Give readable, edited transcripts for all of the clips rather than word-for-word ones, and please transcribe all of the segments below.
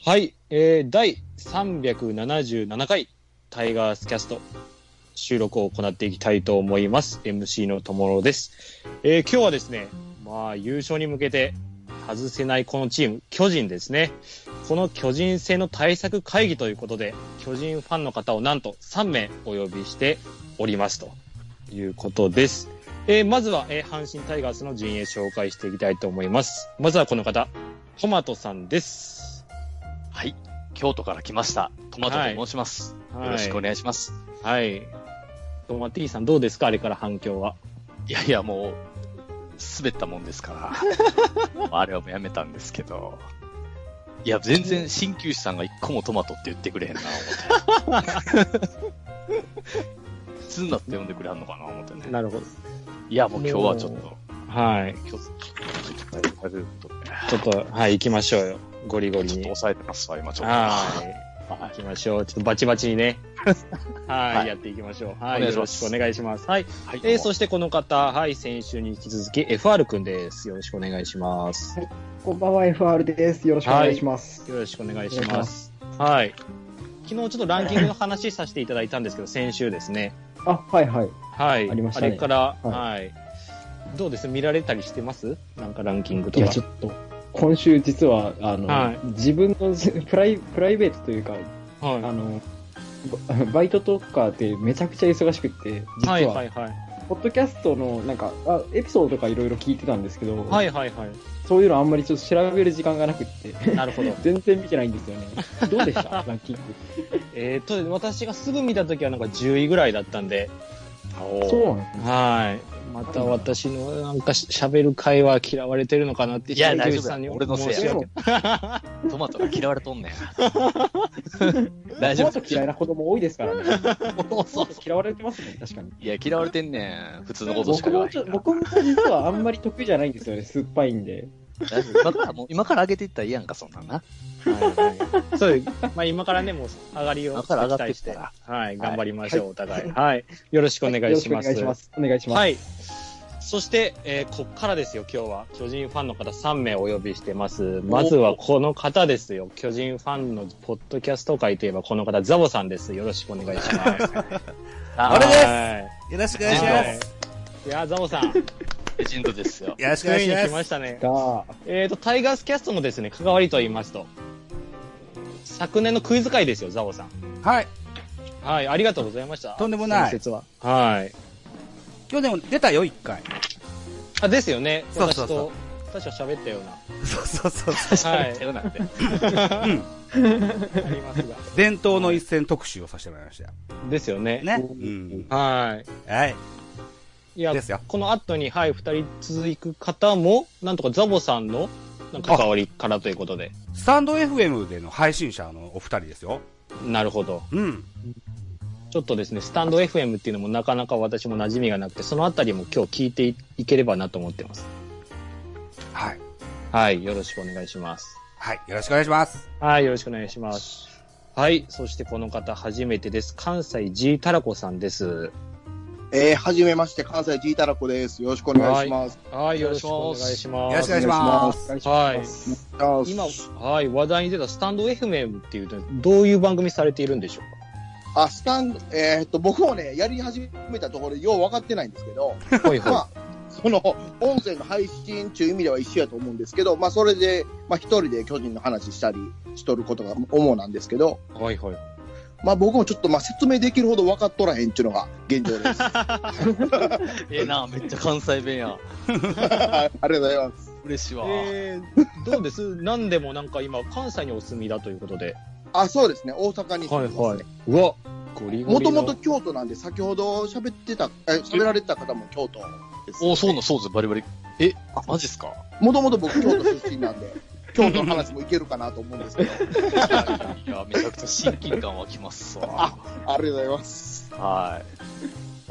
はい、第377回タイガースキャスト収録を行っていきたいと思います。MC のともろです。今日はですね、優勝に向けて外せないこのチーム、巨人ですね。この巨人戦の対策会議ということで、巨人ファンの方をなんと3名お呼びしておりますということです。まずは、阪神タイガースの陣営紹介していきたいと思います。まずはこの方、トマトさんです。 はい。京都から来ました。トマトと申します。はい、よろしくお願いします。 はい。トマティさんどうですか、あれから反響は。 いやいや、もう、滑ったもんですから。あれはもうやめたんですけど。いや、全然、鍼灸師さんが一個もトマトって言ってくれへんな、思って。普通になって呼んでくれはんのかな、思ってね。 なるほど。 いや、もう今日はちょっと。 はい。ちょっと、はい、行きましょうよ。ゴリゴリに。 ちょっと抑えてますわ、今ちょっと。 はい。行きましょう。ちょっとバチバチにね。はい、やっていきましょう。はい、よろしくお願いします。はい。そしてこの方、はい、先週に引き続き FR くんです。よろしくお願いします。 はい、こんばんは、FR です。よろしくお願いします。 よろしくお願いします。はい。昨日ちょっとランキングの話させていただいたんですけど、先週ですね。 はいはい。 はい。 ありましたね。 あれから、はい。どうです？見られたりしてます？なんかランキングとか。 いや、ちょっと、今週実は、自分のプライベートというか、バイトとかでめちゃくちゃ忙しくって、実は、ポッドキャストのなんか、エピソードとかいろいろ聞いてたんですけど、そういうのあんまりちょっと調べる時間がなくって、 なるほど。 全然見てないんですよね。どうでしたランキング。私がすぐ見たときはなんか10位ぐらいだったんで、 そうなんですね。 はい。また私のなんか喋る会話嫌われてるのかなって、 いや、大丈夫さんに俺のせいや。トマトが嫌われとんねん。 大丈夫。トマト嫌いな子供多いですからね。そう嫌われてますね、確かに。 いや、嫌われてんねん。普通のことしか言わない。 僕も実はあんまり得意じゃないんですよね、酸っぱいんで。 今から上げていったらいいやんか、そんなんな。 そう、今からね、もう上がりを期待して、はい、頑張りましょう、お互い。はい。よろしくお願いします。 お願いします。お願いします。 はい。そして、こっからですよ、今日は。巨人ファンの方3名お呼びしてます。まずはこの方ですよ。巨人ファンのポッドキャスト界といえばこの方、ザボさんです。よろしくお願いします。 俺です。よろしくお願いします。 いや、ザボさん。 レジェンドですよ。 よろしくお願いします。 ついに来ましたね。タイガースキャストのですね、関わりと言いますと、昨年のクイズ会ですよ、ザボさん。 はい。 はい、ありがとうございました。 とんでもない。 はい。 今日でも出たよ、1回。 ですよね。 そうそうそう。 私は喋ったような。 そう。 喋ったようなって。ありますが。 伝統の一戦特集をさせてもらいました。 ですよね。 ね。 はい。いや、この後に、はい、2人続く方も、なんとかザボさんの関わりからということで。 スタンド FM での配信者のお二人ですよ。 なるほど。ちょっとですね、スタンド FM っていうのもなかなか私も馴染みがなくて、そのあたりも今日聞いていければなと思ってます。 はい。 はい、よろしくお願いします。 はい、よろしくお願いします。 はい、よろしくお願いします。はい、そしてこの方初めてです。関西 G タラコさんです。 はじめまして、関西 G タラコです。よろしくお願いします。 はい、よろしくお願いします。 よろしくお願いします。 はい。今、はい、話題に出たスタンド FM っていうと、どういう番組されているんでしょうか？僕もね、やり始めたところでよう分かってないんですけど、その、音声の配信という意味では一緒やと思うんですけど、それで、一人で巨人の話したりしとることが主なんですけど、僕もちょっと説明できるほど分かっとらへんっていうのが現状です。 めっちゃ関西弁や。 ありがとうございます。 嬉しいわ。 どうです？何でもなんか今関西にお住みだということで。 そうですね。大阪に住んでますね。 うわ、ゴリゴリ。 もともと京都なんで、先ほど喋られてた方も京都です、ね。 そうです、バリバリ。マジっすか？ もともと僕京都出身なんで。京都の話もいけるかなと思うんですけど。 いや、めちゃくちゃ親近感湧きますわ。 ありがとうございます。 はい。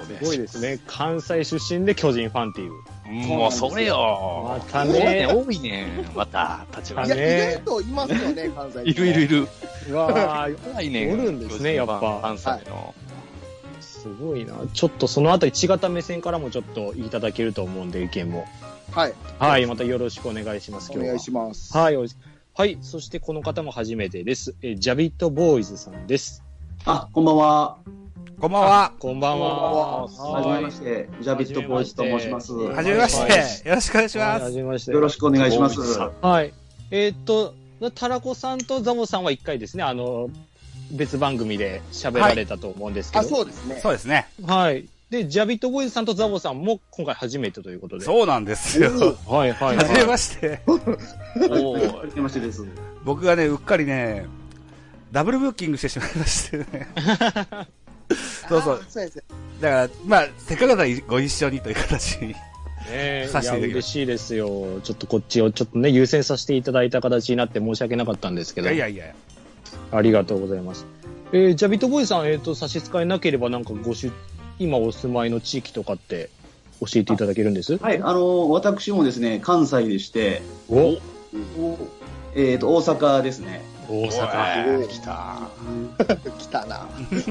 すごいですね。関西出身で巨人ファンっていう。 もうそれよ。 またね。 多いね。また、立場ね。いや、意外といますよね、関西。 いる。 わー、 怖いね。 おるんですね、やっぱ。 関西の。 すごいな。ちょっとそのあたり違った目線からもちょっといただけると思うんで、意見も。 はい。 はい、またよろしくお願いします。 お願いします。 はい。 はい。そしてこの方も初めてです。ジャビットボーイズさんです。 あ、こんばんは。 こんばんは。こんばんは。 はじめまして、ジャビットボーイズと申します。 はじめまして。よろしくお願いします。 はじめまして。よろしくお願いします。 はい。タラコさんとザボさんは一回ですね、別番組で喋られたと思うんですけど。 そうですね。 そうですね。 はい。で、ジャビットボーイズさんとザボさんも今回初めてということで。 そうなんですよ。 はいはい。 はじめまして。 はじめましてです。 僕がね、うっかりね、ダブルブッキングしてしまいましてね。そうそう。だから、まあ、せっかくだったらご一緒にという形に。 いや、嬉しいですよ。ちょっとこっちをちょっとね、優先させていただいた形になって申し訳なかったんですけど。 いや。 ありがとうございます。ジャビットボーイズさん、差し支えなければなんか今お住まいの地域とかって教えていただけるんです？ はい、私もですね、関西でして、大阪ですね。 大阪。来た。 来たな。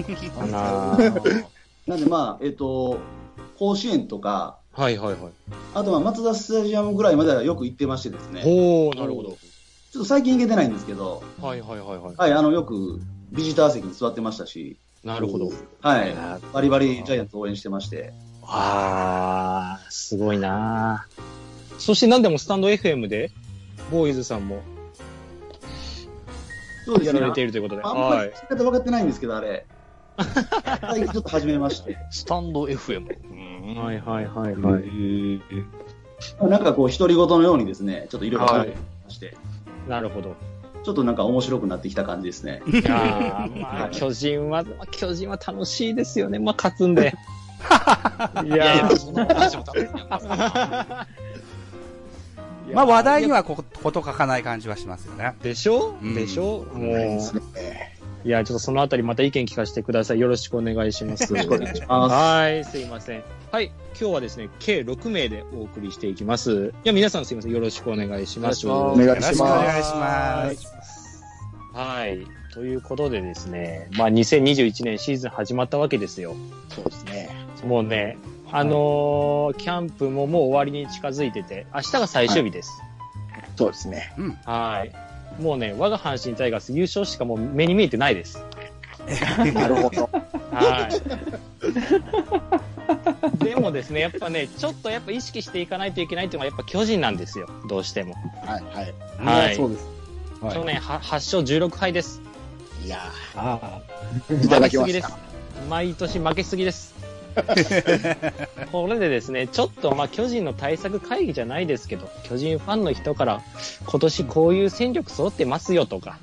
なんでまあ、甲子園とか、 はい。 あとはマツダスタジアムぐらいまではよく行ってましてですね。 なるほど。 ちょっと最近行けてないんですけど、 はい。 よくビジター席に座ってましたし、 なるほど。 はい。バリバリジャイアンツ応援してまして。 すごいな。そして何でもスタンド FM で、ボーイズさんも、 そうですね。 やられているということで。 あんまり聞き方分かってないんですけど、あれ。最近ちょっと始めまして。 スタンド FM。 はい。 なんかこう、独り言のようにですね、ちょっといろいろ話して。 なるほど。 ちょっとなんか面白くなってきた感じですね。 まあ、巨人は楽しいですよね。まあ、勝つんで。 いや、そんな話も楽しい。 まあ、話題にはこと書かない感じはしますよね。 でしょもう。いや、ちょっとそのあたりまた意見聞かせてください。よろしくお願いします。はい、すいません。はい、今日はですね、計6名でお送りしていきます。いや、皆さんすいません。よろしくお願いします。 お願いします。 はい。ということでですね、まあ、2021年シーズン始まったわけですよ。 そうですね。 もうね、キャンプももう終わりに近づいてて、明日が最終日です。 そうですね。 はい。もうね、我が阪神タイガース優勝しかもう目に見えてないです。 なるほど。 はい。でもですね、やっぱね、ちょっとやっぱ意識していかないといけないっていうのはやっぱ巨人なんですよ。どうしても。 はい。そうです。 去年8勝16敗です。 いやいただきました。毎年負けすぎです。これでですね、ちょっとまあ巨人の対策会議じゃないですけど、巨人ファンの人から今年こういう戦力揃ってますよとか、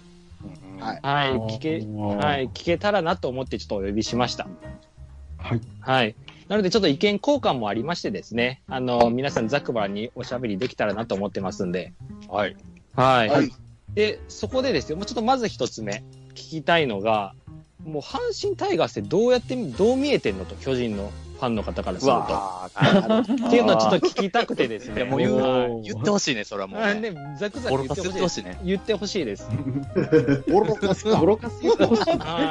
聞けたらなと思ってちょっとお呼びしました。はい。なのでちょっと意見交換もありましてですね、皆さんざくばらにおしゃべりできたらなと思ってますんで。 はい。 で、そこでですよ、もうちょっとまず一つ目聞きたいのが、もう阪神タイガースってどう見えてんのと、巨人のファンの方からすると。っていうのをちょっと聞きたくてですね。 もう言ってほしいね、それはもう、ね。 ザクザク言ってほしいね。言ってほしいです。 ボロカス言ってほしい。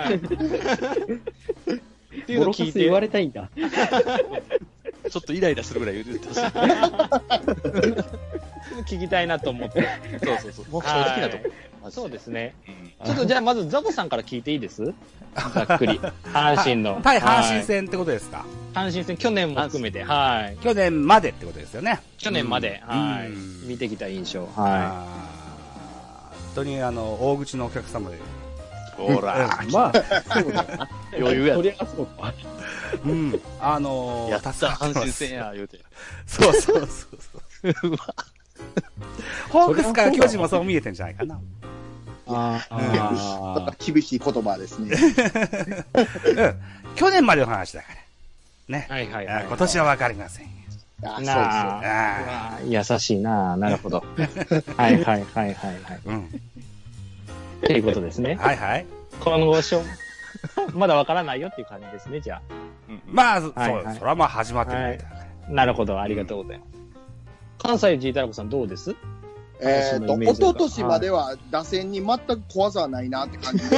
っていうのを聞いて言われたいんだ。 ちょっとイライラするぐらい言ってほしい。 聞きたいなと思って。 そう。もう正直なとこ。 そうですね。ちょっとじゃあまずザボさんから聞いていいです？ざっくり。阪神の。 対阪神戦ってことですか？ 阪神戦、去年も含めて。はい。 去年までってことですよね。 去年まで。はい。見てきた印象。はい。 本当に大口のお客様で。 ほら。 まあ、そうだ。 余裕や。 とりあえずそうか。 やった阪神戦や、言うて。 そう。ホークスから巨人もそう見えてんじゃないかな。 厳しい言葉ですね。 去年までの話だから。ね。 はい。 今年はわかりません。 優しいな。なるほど。はい。ということですね。 はい。 今後まだわからないよっていう感じですね、じゃあ。 まあ、それはまあ始まってるみたいだね。 なるほど、ありがとうございます。関西 G タラコさんどうです？ 一昨年までは打線に全く怖さはないなって感じで。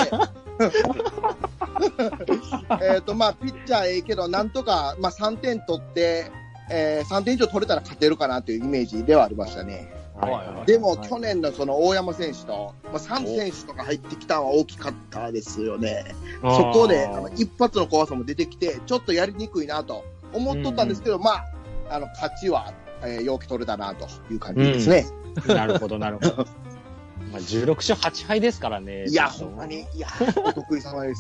まあ、ピッチャーけど、なんとか、まあ、3点取って、3点以上取れたら勝てるかなというイメージではありましたね。 でも、去年のその大山選手と、3選手とか入ってきたのは大きかったですよね。そこで、一発の怖さも出てきて、ちょっとやりにくいなと思っとったんですけど、勝ちは、よく取れたなという感じですね。 なるほど、なるほど。16勝8敗ですからね。 いや、ほんまに、お得意様です。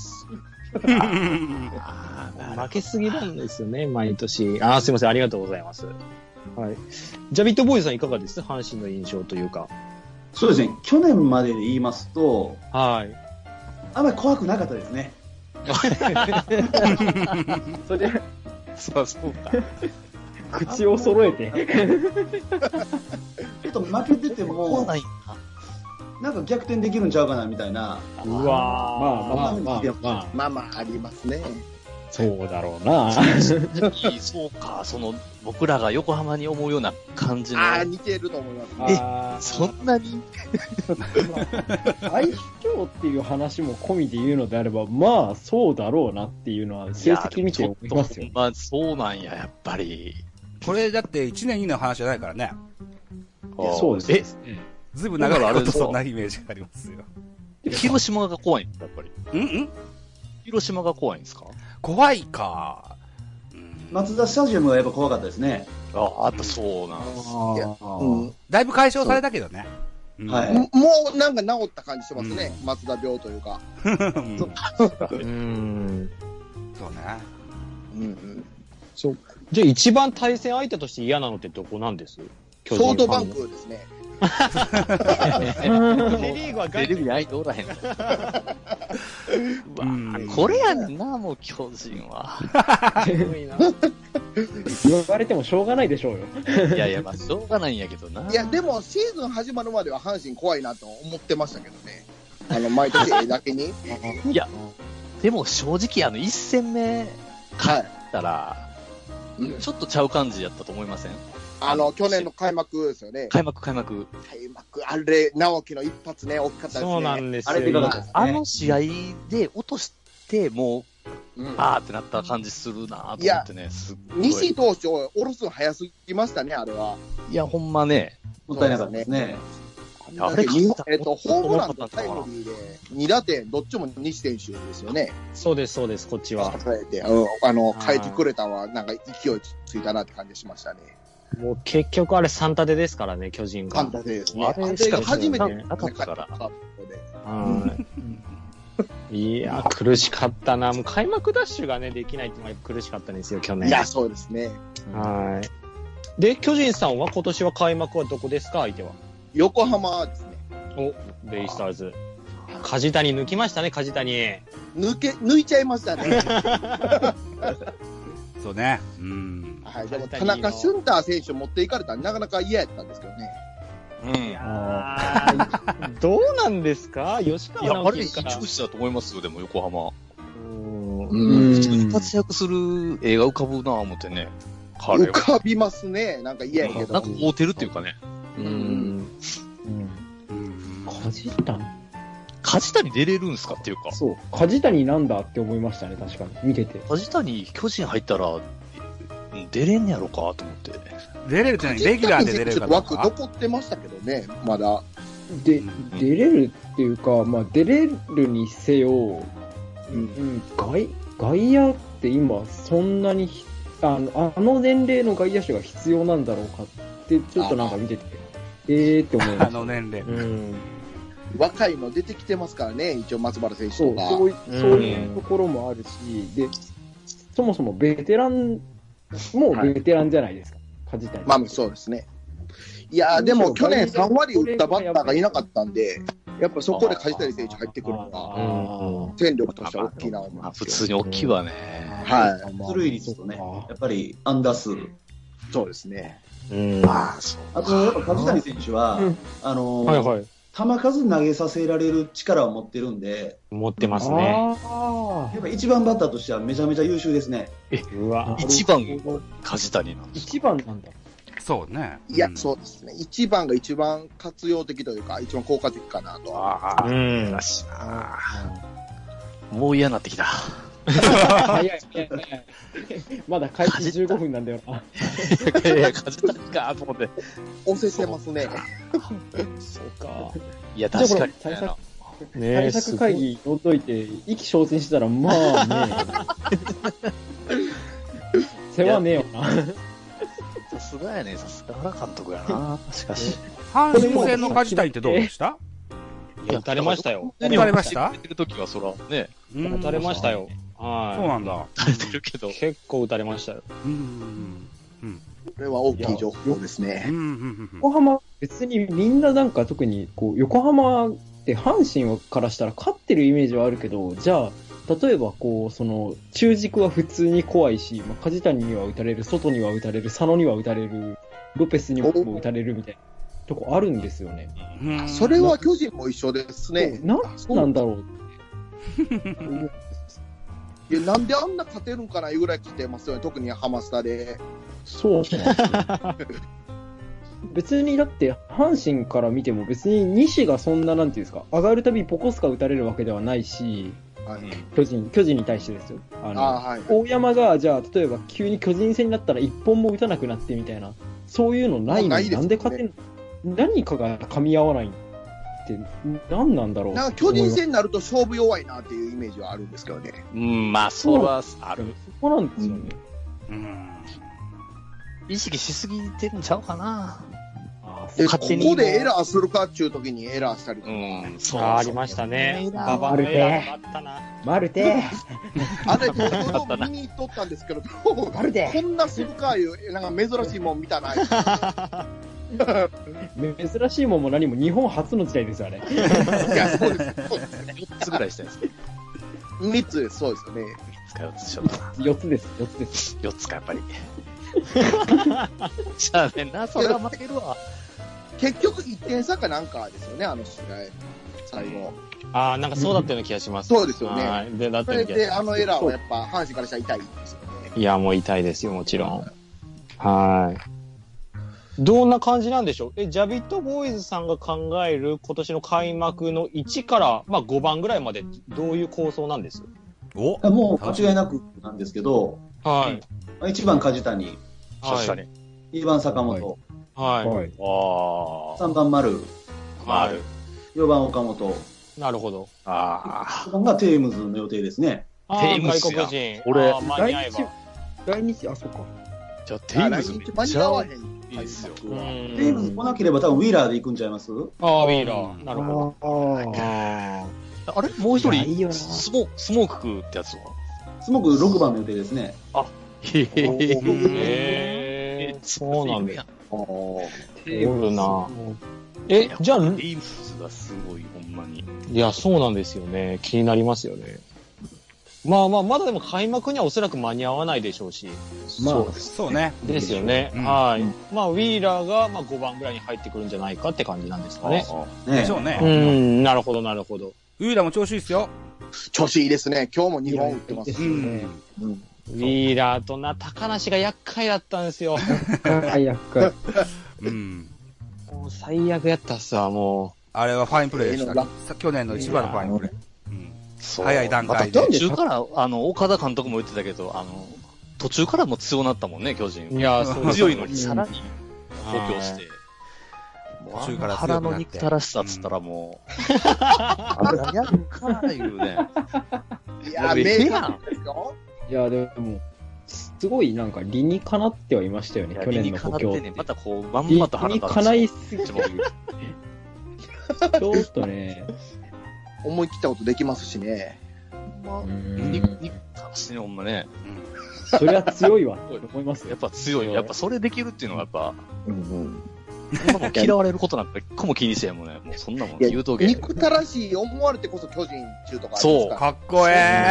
負けすぎなんですよね、毎年。すいません、ありがとうございます。はい。ジャビットボーイさんいかがです阪神の印象というか。 そうですね、去年までで言いますと、 はい。 あんまり怖くなかったですね。 それで、 そうか。 口を揃えて。 ちょっと負けてても、なんか逆転できるんちゃうかなみたいな。 うわまあ、ありますね。 そうだろうな。 そうか、僕らが横浜に思うような感じの。 似てると思います。そんなに相性っていう話も込みで言うのであれば、そうだろうなっていうのは、成績見て思いますよ。 そうなんや、やっぱり。 これだって1年2年の話じゃないからね。 そうです。 ずいぶん長いことそんなイメージがありますよ。 広島が怖いんですか、やっぱり。広島が怖いんですか？ 怖いか。 マツダスタジアムはやっぱ怖かったですね。 やっぱそうなんです。 だいぶ解消されたけどね。 はい。もうなんか治った感じしてますね。松田病というか。 そうね。 そう。じゃあ一番対戦相手として嫌なのってどこなんです？ ソフトバンクですね。 セリーグはテレビに相手おらへんの。これやねんな、もう巨人は。 言われてもしょうがないでしょうよ。 いや、しょうがないんやけどな。 いや、でもシーズン始まるまでは阪神怖いなと思ってましたけどね。毎年だけに。 いや、でも正直1戦目勝ったら、ちょっとちゃう感じやったと思いません？ 去年の開幕ですよね。 開幕。 あれ、直樹の一発ね、大きかったですね。 そうなんですよ。 試合で落として、もう、ってなった感じするなと思ってね、すっごい。 西投手を下ろすの早すぎましたね、あれは。 いや、ほんまね。 もったいなかったですね。 ホームランとタイムリーで2打点、どっちも西選手ですよね。 そうです、こっちは。 変えてくれたのは、なんか勢いついたなって感じしましたね。もう結局あれ3立てですからね、巨人が。 3立てですね。 あれしか初めてなかったから。 いや、苦しかったな。もう開幕ダッシュがね、できないっていうのが苦しかったんですよ、去年。 いや、そうですね。 はい。で、巨人さんは今年は開幕はどこですか、相手は。 横浜ですね。 ベイスターズ。梶谷抜きましたね、梶谷。 抜いちゃいましたね。 そうね。 はい、でも田中俊太選手持っていかれたらなかなか嫌やったんですけどね。 どうなんですか？吉川直樹から。 あれ、一押しだと思いますよ、でも横浜。普通に活躍する映画浮かぶなぁ思ってね。 浮かびますね。なんか嫌やけど。 なんか合うてるっていうかね。梶谷出れるんすかっていうか。 そう。梶谷なんだって思いましたね、確かに。見てて。 梶谷、巨人入ったら、出れんねやろかと思って。 出れるって何？レギュラーで出れるかどうか。 枠残ってましたけどね、まだ。 出れるっていうか、出れるにせよ、外野って今、そんなに、あの年齢の外野手が必要なんだろうかって、ちょっとなんか見てて、って思いました。 年齢。 若いの出てきてますからね、一応松原選手とか。 そういうところもあるし、で、そもそもベテラン、もうベテランじゃないですか、梶谷。 そうですね。いやでも去年3割打ったバッターがいなかったんで、やっぱそこで梶谷選手入ってくるのが、戦力としては大きいな思います。 普通に大きいわね。 はい。 出塁率とね、やっぱり安打数。 そうですね。 あと、やっぱ梶谷選手は、球数投げさせられる力を持ってるんで。 持ってますね。 やっぱ一番バッターとしてはめちゃめちゃ優秀ですね。 一番梶谷なんですか？ 一番なんだ。 そうね。 いや、そうですね。一番が一番活用的というか、一番効果的かなと。 よしな。もう嫌になってきた。 早い。まだ開始15分なんだよな。 いや、梶谷かと思って。 押せてますね。 そうか。いや、確かに。 対策会議乗っといて、意気消沈したら、まあね。世話ねえよな。 さすがやね、さすが原監督やな。しかし。 阪神戦の梶谷ってどうでした？ いや、打たれましたよ。 打たれました？ 打ってる時はそら、ね。 打たれましたよ。はい。 そうなんだ。 打たれてるけど。 結構打たれましたよ。 これは大きい情報ですね。 横浜、別にみんななんか特に、こう、横浜って阪神からしたら勝ってるイメージはあるけど、じゃあ、例えばこう、その、中軸は普通に怖いし、まあ、梶谷には打たれる、外には打たれる、佐野には打たれる、ロペスにも打たれるみたいなとこあるんですよね。 それは巨人も一緒ですね。 なんだろう。 いや、なんであんな勝てるんかないうぐらい勝てますよね、特にハマスタで。 そうなんですよ。別にだって、阪神から見ても別に西がそんな、なんていうんですか、上がるたびポコスカ打たれるわけではないし、はい、巨人に対してですよ。はい、大山が、じゃあ、例えば急に巨人戦になったら一本も打たなくなってみたいな、そういうのないのに、なんで勝てんの？何かが噛み合わないって何なんだろう。 なんか巨人戦になると勝負弱いなっていうイメージはあるんですけどね。 まあ、それはある。 そこなんですよね。 意識しすぎてるんちゃうかな。 ここでエラーするかっていう時にエラーしたりとか。 そうありましたね。 マルテ。マルテ。 あれ、僕も見に行っとったんですけど、マルテ。こんなするかいう、なんか珍しいもん見たない。 珍しいもんも何も日本初の時代ですよ、あれ。いや、そうです。 4つぐらいしたんですね。 3つです、そうですよね。 3つか4つしようかな。 4つです、 4つか、やっぱり。じゃあねんな、それは負けるわ。 結局1点差かなんかですよね、あの試合、最後。 ああ、なんかそうだったような気がします。 そうですよね。 で、だったそれで、あのエラーはやっぱ、阪神からしたら痛いですよね。 いや、もう痛いですよ、もちろん。はい。どんな感じなんでしょう？ジャビットボーイズさんが考える今年の開幕の1から、まあ、5番ぐらいまでどういう構想なんです？ もう間違いなくなんですけど、 はい。 1番梶谷、 確かに。 2番坂本、 はい。 3番丸、4番岡本。 なるほど。 5番がテームズの予定ですね。 テームズ外国人。 俺、 来日、あ、そっか。 じゃあ、テームズめっちゃいいですよ。 テームズ来なければ多分ウィーラーで行くんちゃいます？ ああ、ウィーラー。なるほど。 あれもう一人、スモークってやつはスモーク6番の予定ですね。 へえ。 そうなんだ。 おるな。じゃあ、 テームズがすごい、ほんまに。 いや、そうなんですよね。気になりますよね。まだでも開幕にはおそらく間に合わないでしょうし。 そうね。 ですよね。はい。まあ、ウィーラーが5番ぐらいに入ってくるんじゃないかって感じなんですかね。 でしょうね。 なるほど、なるほど。 ウィーラーも調子いいですよ。 調子いいですね。今日も2本打ってます。 ウィーラーと高梨が厄介だったんですよ。 厄介。 もう最悪やったっすわ、もう。 あれはファインプレーでした。去年の一番のファインプレー。早い段階で。 途中から、岡田監督も言ってたけど、途中からも強なったもんね、巨人。 いや、そう強いのにさらに補強して。 途中から腹の憎たらしさっつったらもう、何やるかいうね。 いや、名鑑ですよ。 いや、でも、すごいなんか理にかなってはいましたよね、去年の補強って。 またこう、まんまと腹立つ。理にかないすぎて。ちょっとね。 思い切ったことできますしね。 憎たらしね、ほんまね。 それは強いわと思いますよ。 やっぱ強い。やっぱそれできるっていうのがやっぱ、嫌われることなんか一個も気にしてんもんね。もうそんなもん言うとけ。 憎たらしい思われてこそ巨人中とかあるんですか。そう。かっこ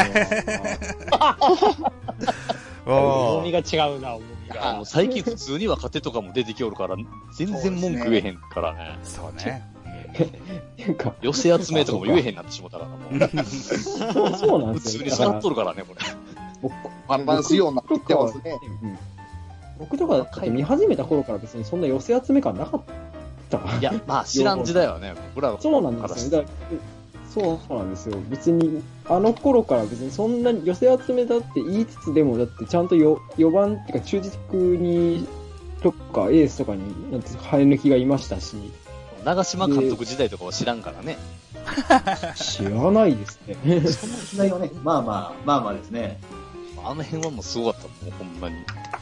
重みが違うな、重みが。 最近普通には勝てとかも出てきおるから、全然文句言えへんからね。 そうね。 寄せ集めとかも言えへんなってしもたから、もう。 そうなんですよ。 普通に座っとるからね、これ。 バランスようになってますね。 僕とか見始めた頃から別にそんな寄せ集め感なかった。 いや、まあ知らん時代はね、僕らそうなんですよ。 そうなんですよ。別に、あの頃から別にそんなに寄せ集めだって言いつつでも、だってちゃんと4番っていうか中軸に、とかエースとかに、なんて生え抜きがいましたし。 長嶋監督時代とかは知らんからね。 知らないですね。 そんな時代はね、まあまあですね。 あの辺はもうすごかったもん、ほんまに。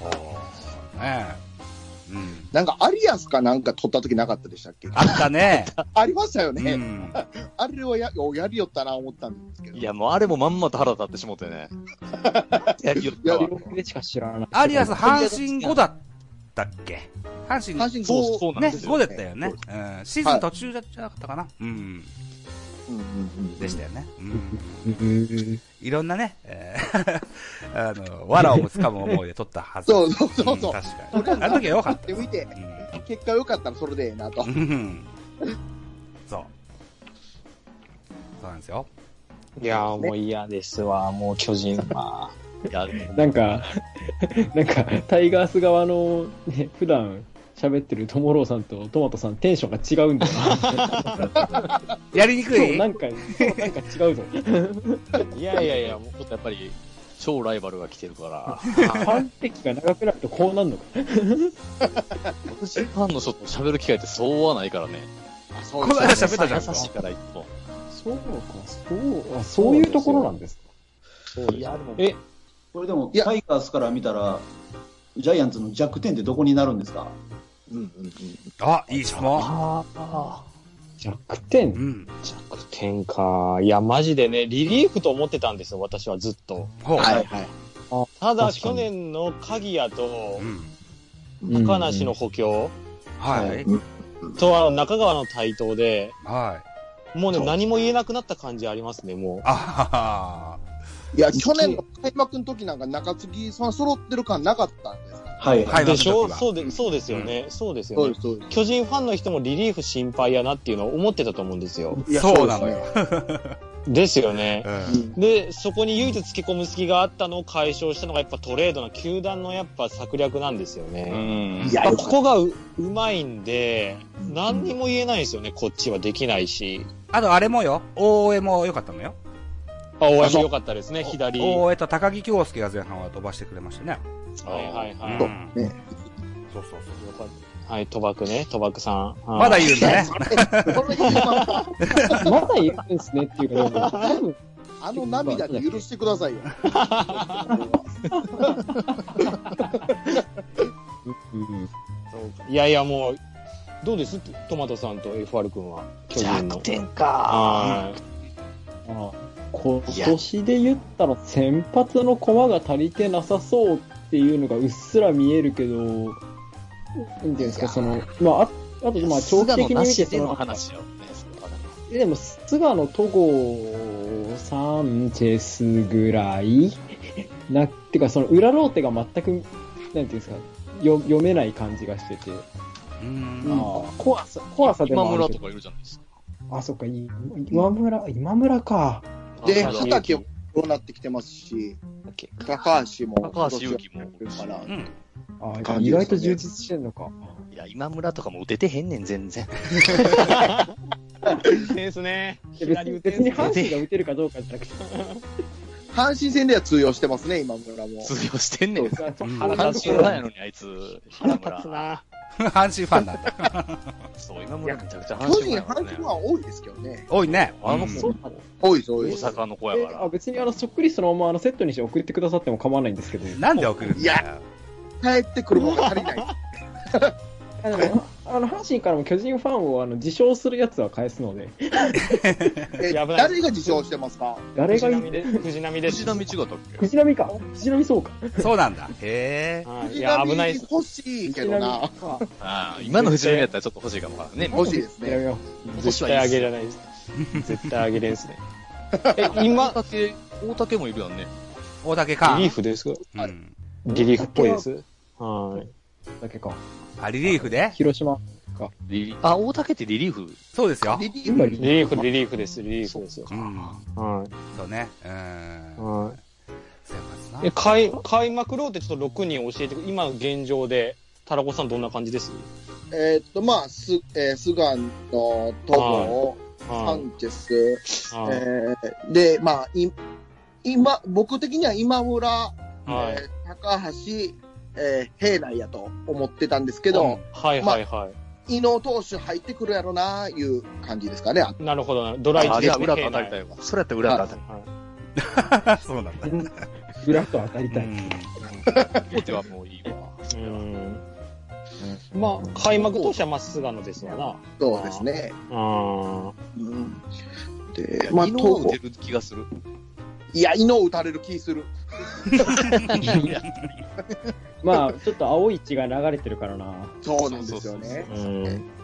うん、なんかアリアスかなんか取った時なかったでしたっけ？ あったね。 ありましたよね。 うん、 あれをやりよったな思ったんですけど。 いやもうあれもまんまと腹立ってしもてね。やりよったわ。 でしか知らない。 アリアス阪神5だったっけ？阪神そうなんですよね。5だったよね。うん、シーズン途中じゃなかったかな。うん。でしたよね。いろんなね、藁をもつかむ思いで取ったはず。 そう。確かに。 あの時は良かった。 見て、結果良かったらそれでええなと。 そうなんですよ。 いやーもう嫌ですわ、もう巨人は。 なんか、タイガース側の、ね、普段喋ってるトモローさんとトマトさんテンションが違うんだよな。 やりにくい？ なんか違うぞ。 いや、もうちょっとやっぱり、超ライバルが来てるから。 ファン歴が長くなるとこうなるのか。 私ファンの人と喋る機会ってそうはないからね。 この間喋ったじゃん。 優しいからいつも。 そういうところなんですか。 そういや、でも、 これでも、タイガースから見たら、ジャイアンツの弱点ってどこになるんですか？ あ、いい質問。 弱点、 弱点か。いや、マジでね、リリーフと思ってたんですよ、私はずっと。ただ、去年の鍵谷と、高梨の補強、と、中川の台頭で、もうね、何も言えなくなった感じありますね、もう。 いや、去年の開幕の時なんか中継ぎ、そんな揃ってる感なかったんですか？ でしょ？そうですよね。そうですよね。巨人ファンの人もリリーフ心配やなっていうのを思ってたと思うんですよ。 そうなのよ。 ですよね。で、そこに唯一付け込む隙があったのを解消したのがやっぱトレードの球団のやっぱ策略なんですよね。いや、ここがうまいんで、何にも言えないですよね、こっちはできないし。 あとあれもよ、大江も良かったのよ。 大江も良かったですね、左。 大江と高木京介が前半は飛ばしてくれましたね。そう。 はい、賭博さん。 まだ言うんだね。 まだ言うんですねっていうか、 あの涙で許してくださいよ。 いや、もう、どうですトマトさんと FR 君は。 弱点か。 今年で言ったら先発の駒が足りてなさそうっていうのがうっすら見えるけど、なんていうんですか、あと長期的に見てその話よ。 でも、菅野、戸郷、サンチェスぐらいてか、その裏ローテが全く、なんていうんですか、読めない感じがしてて。怖さでもある。 今村とかいるじゃないですか。 あ、そっか、今村か。 で、畑もどうなってきてますし、高橋優希も。 意外と充実してんのか。 いや、今村とかも打ててへんねん、全然。 ですね。 別に阪神が打てるかどうかじゃなくて。 阪神戦では通用してますね、今村も。 通用してんねん。阪神ファンやのに、あいつ。 腹立つな。 阪神ファンなんだ。 そう、今村めちゃくちゃ阪神ファン。阪神ファン多いですけどね。 多いね。 多いです。 大阪の子やから。 別にそっくりそのままセットにして送ってくださっても構わないんですけど。 なんで送るんだよ。 いや、帰ってくるものが足りない。 阪神からも巨人ファンを自称するやつは返すので。 誰が自称してますか？ 誰が藤波です。 藤波違ったっけ？ 藤波か。藤波そうか。 そうなんだ。へぇ。藤波欲しいけどな。 今の藤波やったらちょっと欲しいかもね。 欲しいですね。 絶対あげじゃないです。絶対あげですね。 今、大竹もいるやんね。 大竹か。 リリーフですか？リリーフっぽいです。はい。 だけか。 リリーフで広島か。 大竹ってリリーフ？ そうですよ。 リリーフです。リリーフですよ。 そうね。 開幕ローってちょっと6人教えてくれ。今現状で、タラコさんどんな感じです？ 菅野、戸郷、 サンチェス、で、まあ、今、僕的には今村、高橋、平内やと思ってたんですけど、伊能投手入ってくるやろな、いう感じですかね。 なるほど。ドラ1で裏と当たりたいわ。それやったら裏と当たりたい。 そうなんだ。 裏と当たりたい。 表はもういいわ。 まあ、開幕投手は菅野ですわな。 そうですね。 で、まあ、伊能打てる気がする。 いや、伊能打たれる気する。 まあ、ちょっと青い血が流れてるからな。 そうなんですよね。